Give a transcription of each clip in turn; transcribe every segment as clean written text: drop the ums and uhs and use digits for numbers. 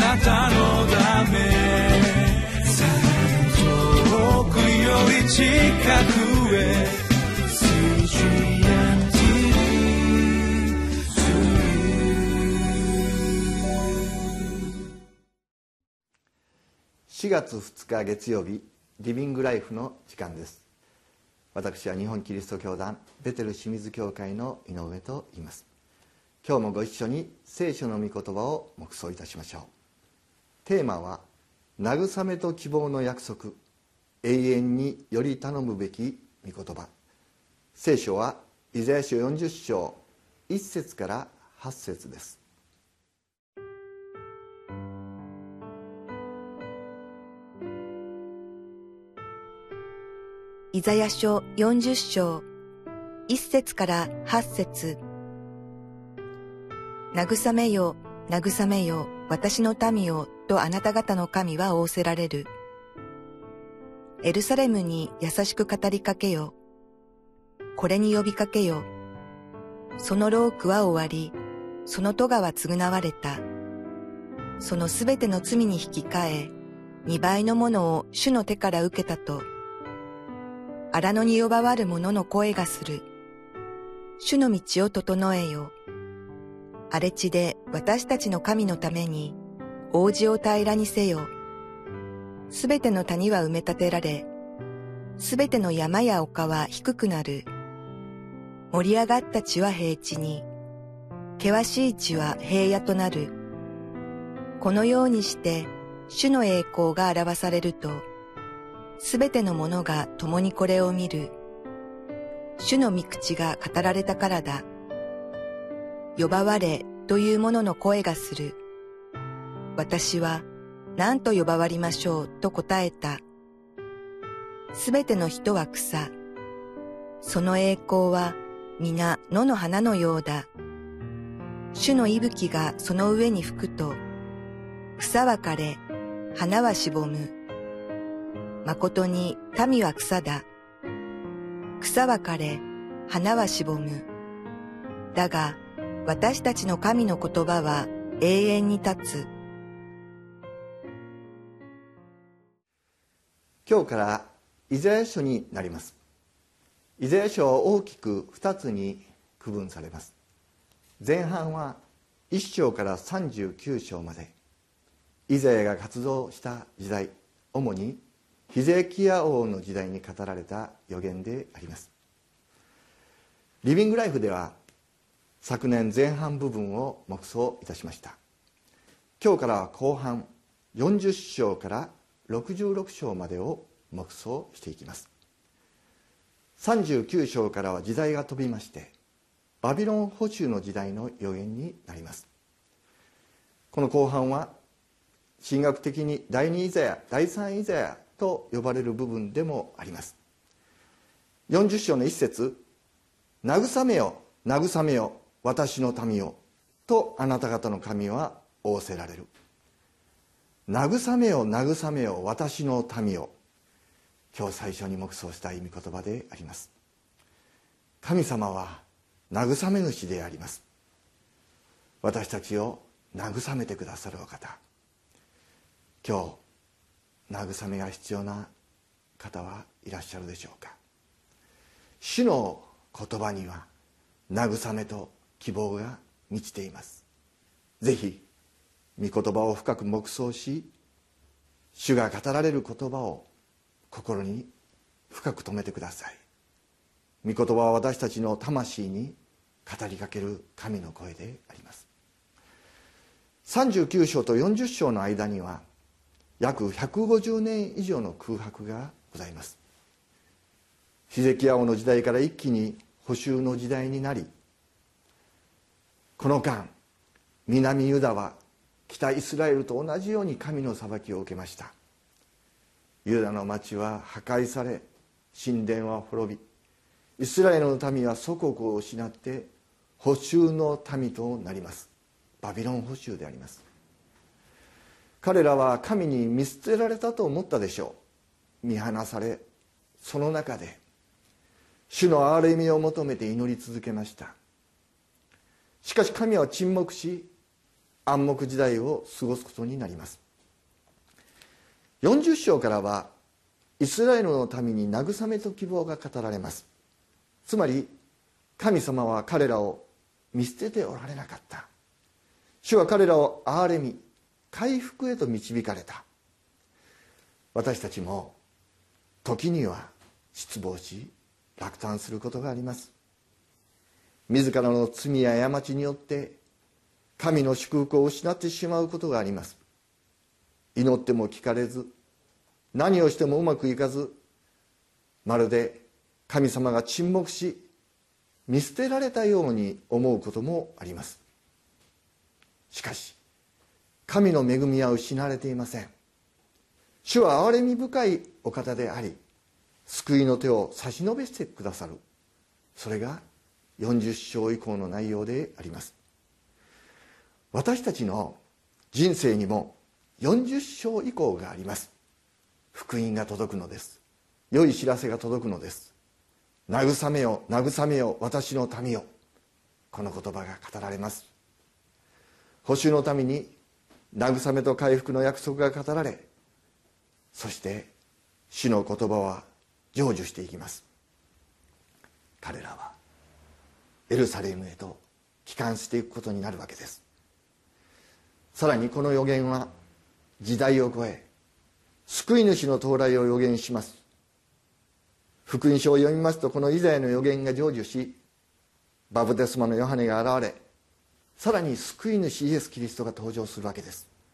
なたのため遠くより近くへ 4月2日月曜日、リビングライフの時間です。私は日本キリスト教団ベテル清水教会の井上と言います。今日もご一緒に聖書の御言葉を黙想いたしましょう。テーマは慰めと希望の約束、永遠により頼むべき御言葉。聖書はイザヤ書40章1節から8節です。 イザヤ書40章1節から8節。慰めよ、慰めよ、私の民よ、とあなた方の神は仰せられる。エルサレムに優しく語りかけよ。これに呼びかけよ。その労苦は終わり、その咎は償われた。そのすべての罪に引き換え、2倍のものを主の手から受けたと。荒野に呼ばわる者の声がする。主の道を整えよ。荒れ地で私たちの神のために、王子を平らにせよ。すべての谷は埋め立てられ、すべての山や丘は低くなる。盛り上がった地は平地に、険しい地は平野となる。このようにして、主の栄光が表されると、すべての者が共にこれを見る。主の御口が語られたからだ。呼ばわれという者の声がする。私は何と呼ばわりましょうと答えた。すべての人は草。その栄光は皆野の花のようだ。主の息吹がその上に吹くと、草は枯れ、花はしぼむ。誠に民は草だ。草は枯れ、花はしぼむ。だが、私たちの神の言葉は永遠に立つ。 今日からイザヤ書になります。イザヤ書は大きく2つに区分されます。前半は1章から39章まで、イザヤが活動した時代、主にヒゼキヤ王の時代に語られた預言であります。リビングライフでは昨年前半部分を黙想いたしました。今日からは後半40章から66章までを黙想していきます。39章からは時代が飛びまして、バビロン捕囚の時代の預言になります。この後半は神学的に第2イザヤ、第3イザヤと呼ばれる部分でもあります。40章の一節、慰めよ、慰めよ、私の民よ、とあなた方の神は仰せられる。慰めよ、慰めよ、私の民よ。今日最初に黙想したい御言葉であります。神様は慰め主であります。私たちを慰めてくださるお方。今日慰めが必要な方はいらっしゃるでしょうか。主の言葉には慰めと希望が満ちています。ぜひ御言葉を深く黙想し、主が語られる言葉を心に深く留めてください。御言葉は私たちの魂に語りかける神の声であります。39章と40章の間には約150年以上の空白がございます。ヒゼキヤ王の時代から一気に捕囚の時代になり、この間南ユダは北イスラエルと同じように神の裁きを受けました。ユダの町は破壊され、神殿は滅び、イスラエルの民は祖国を失って捕囚の民となります。バビロン捕囚であります。彼らは神に見捨てられたと思ったでしょう。見放され、その中で主の憐れみを求めて祈り続けました。しかし神は沈黙し、 暗黙時代を過ごすことになります。40章からはイスラエルの民に慰めと希望が語られます。つまり神様は彼らを見捨てておられなかった。主は彼らを憐れみ回復へと導かれた。私たちも時には失望し落胆することがあります。自らの罪や過ちによって神の祝福を失ってしまうことがあります。祈っても聞かれず、何をしてもうまくいかず、まるで神様が沈黙し見捨てられたように思うこともあります。しかし神の恵みは失われていません。主は憐れみ深いお方であり、救いの手を差し伸べてくださる。それが40章以降の内容であります。私たちの人生にも40章以降があります。福音が届くのです。良い知らせが届くのです。慰めよ慰めよ私の民よ、この言葉が語られます。補修のために慰めと回復の約束が語られ、そして主の言葉は成就していきます。彼らはエルサレムへと帰還していくことになるわけです。さらにこの預言は時代を超え救い主の到来を預言します。福音書を読みますと、このイザヤの預言が成就し、バプテスマのヨハネが現れ、さらに救い主イエス・キリストが登場するわけです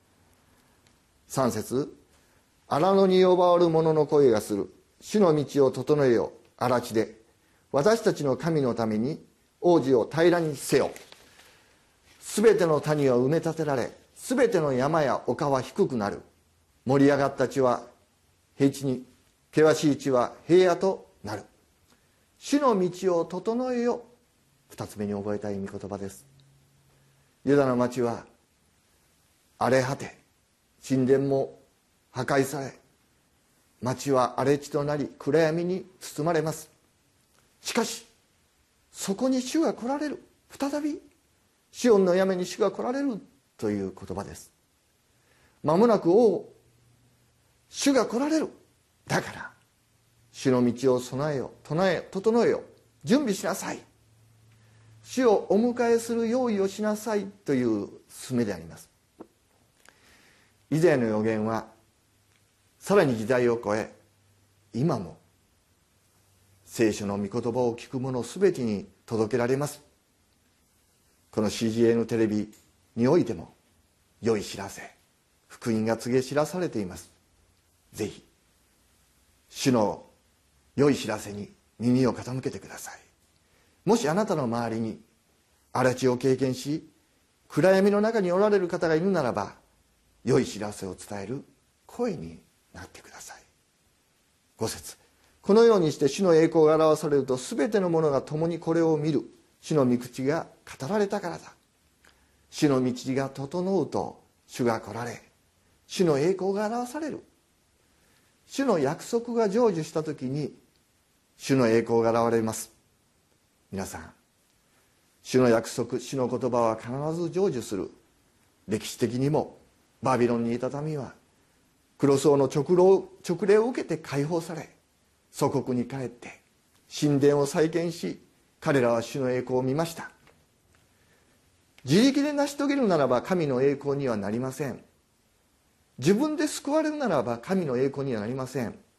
。3節、荒野に呼ばわる者の声がする。主の道を整えよ、荒地で。私たちの神のために王子を平らにせよ。すべての谷は埋め立てられ、すべての山や丘は低くなる。盛り上がった地は平地に、険しい地は平野となる。主の道を整えよ。2つ目に覚えたい御言葉です。ユダの町は荒れ果て、神殿も破壊され、町は荒れ地となり暗闇に包まれます。しかしそこに主が来られる。再びシオンの山に主が来られるという言葉です。まもなく主が来られる。だから主の道を備えよ、整えよ、準備しなさい。主をお迎えする用意をしなさいという勧めであります。以前の預言はさらに時代を超え、今も聖書の御言葉を聞く者すべてに届けられます。この CGN テレビにおいても良い知らせ、福音が告げ知らされています。ぜひ主の良い知らせに耳を傾けてください。もしあなたの周りに荒地を経験し暗闇の中におられる方がいるならば、良い知らせを伝える声になってください。5節、このようにして主の栄光が表されると、すべての者が共にこれを見る。主の御口が語られたからだ。主の道が整うと主が来られ、主の栄光が表される。主の約束が成就した時に主の栄光が現れます。皆さん、主の約束、主の言葉は必ず成就する。歴史的にもバビロンにいた民は黒僧の直令を受けて解放され、祖国に帰って神殿を再建し、彼らは主の栄光を見ました。自力で成し遂げるならば神の栄光にはなりません。自分で救われるならば神の栄光にはなりません。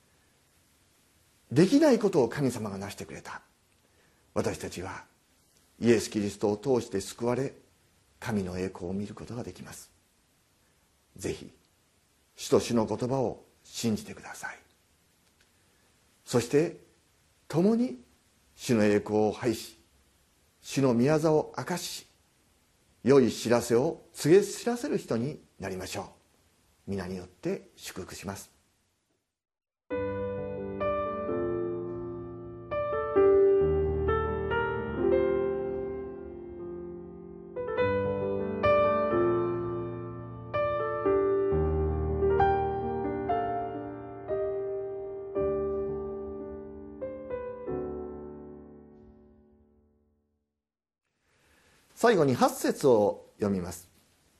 できないことを神様が成してくれた。私たちはイエス・キリストを通して救われ、神の栄光を見ることができます。ぜひ主と主の言葉を信じてください。そして共に主の栄光を拝し、主の御業を明かし、良い知らせを告げ知らせる人になりましょう。皆によって祝福します。最後に8節を読みます。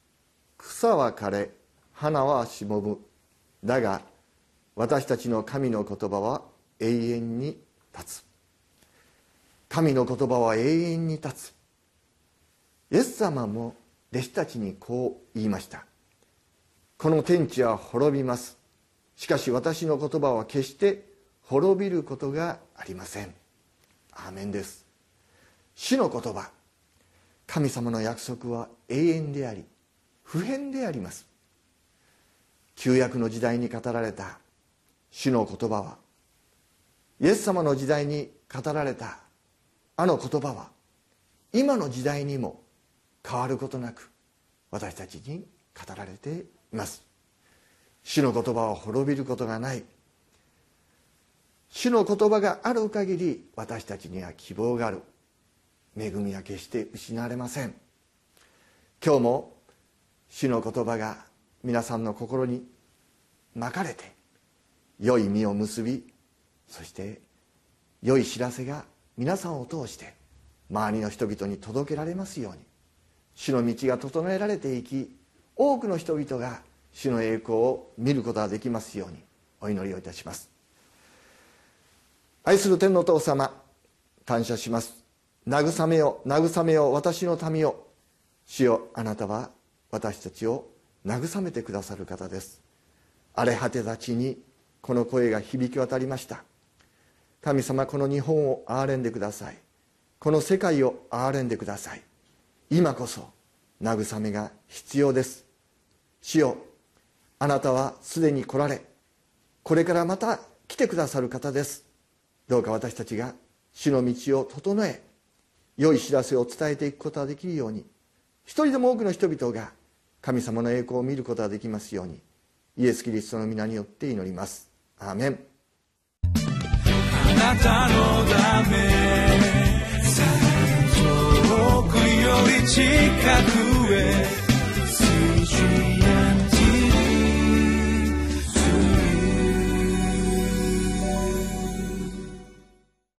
草は枯れ花はしぼむ。だが私たちの神の言葉は永遠に立つ。神の言葉は永遠に立つ。イエス様も弟子たちにこう言いました。この天地は滅びます。しかし私の言葉は決して滅びることがありません。アーメンです。主の言葉、神様の約束は永遠であり不変であります。旧約の時代に語られた主の言葉は、イエス様の時代に語られたあの言葉は、今の時代にも変わることなく私たちに語られています。主の言葉は滅びることがない。主の言葉がある限り私たちには希望がある。恵みは決して失われません。今日も主の言葉が皆さんの心にまかれて良い実を結び、そして良い知らせが皆さんを通して周りの人々に届けられますように、主の道が整えられていき、多くの人々が主の栄光を見ることができますようにお祈りをいたします。愛する天のお父様、感謝します。慰めよ慰めよ私の民よ。主よ、あなたは私たちを慰めてくださる方です。荒れ果てた地にこの声が響き渡りました。神様、この日本を憐れんでください。この世界を憐れんでください。今こそ慰めが必要です。主よ、あなたはすでに来られ、これからまた来てくださる方です。どうか私たちが主の道を整え、良い知らせを伝えていくことができるように、一人でも多くの人々が神様の栄光を見ることができますように、イエス・キリストの皆によって祈ります。アーメン。 あなたのため遠くより近くへ